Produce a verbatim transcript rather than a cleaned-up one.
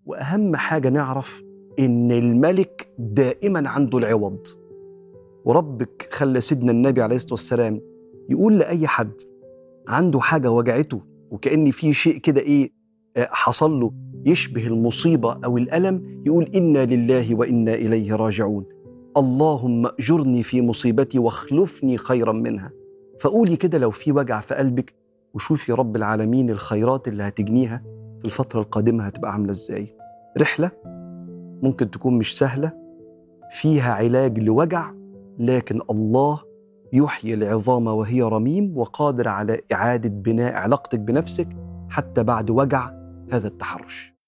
وأهم حاجة نعرف إن الملك دائما عنده العوض. وربك خلى سيدنا النبي عليه الصلاة والسلام يقول لأي حد عنده حاجة وجعته وكأن في شيء كده إيه حصل له يشبه المصيبة أو الألم، يقول إنا لله وإنا إليه راجعون، اللهم أجرني في مصيبتي واخلفني خيرا منها. فقولي كده لو في وجع في قلبك، وشوفي رب العالمين الخيرات اللي هتجنيها في الفترة القادمة هتبقى عاملة إزاي. رحلة ممكن تكون مش سهلة، فيها علاج لوجع، لكن الله يحيي العظام وهي رميم، وقادر على إعادة بناء علاقتك بنفسك حتى بعد وجع هذا التحرش.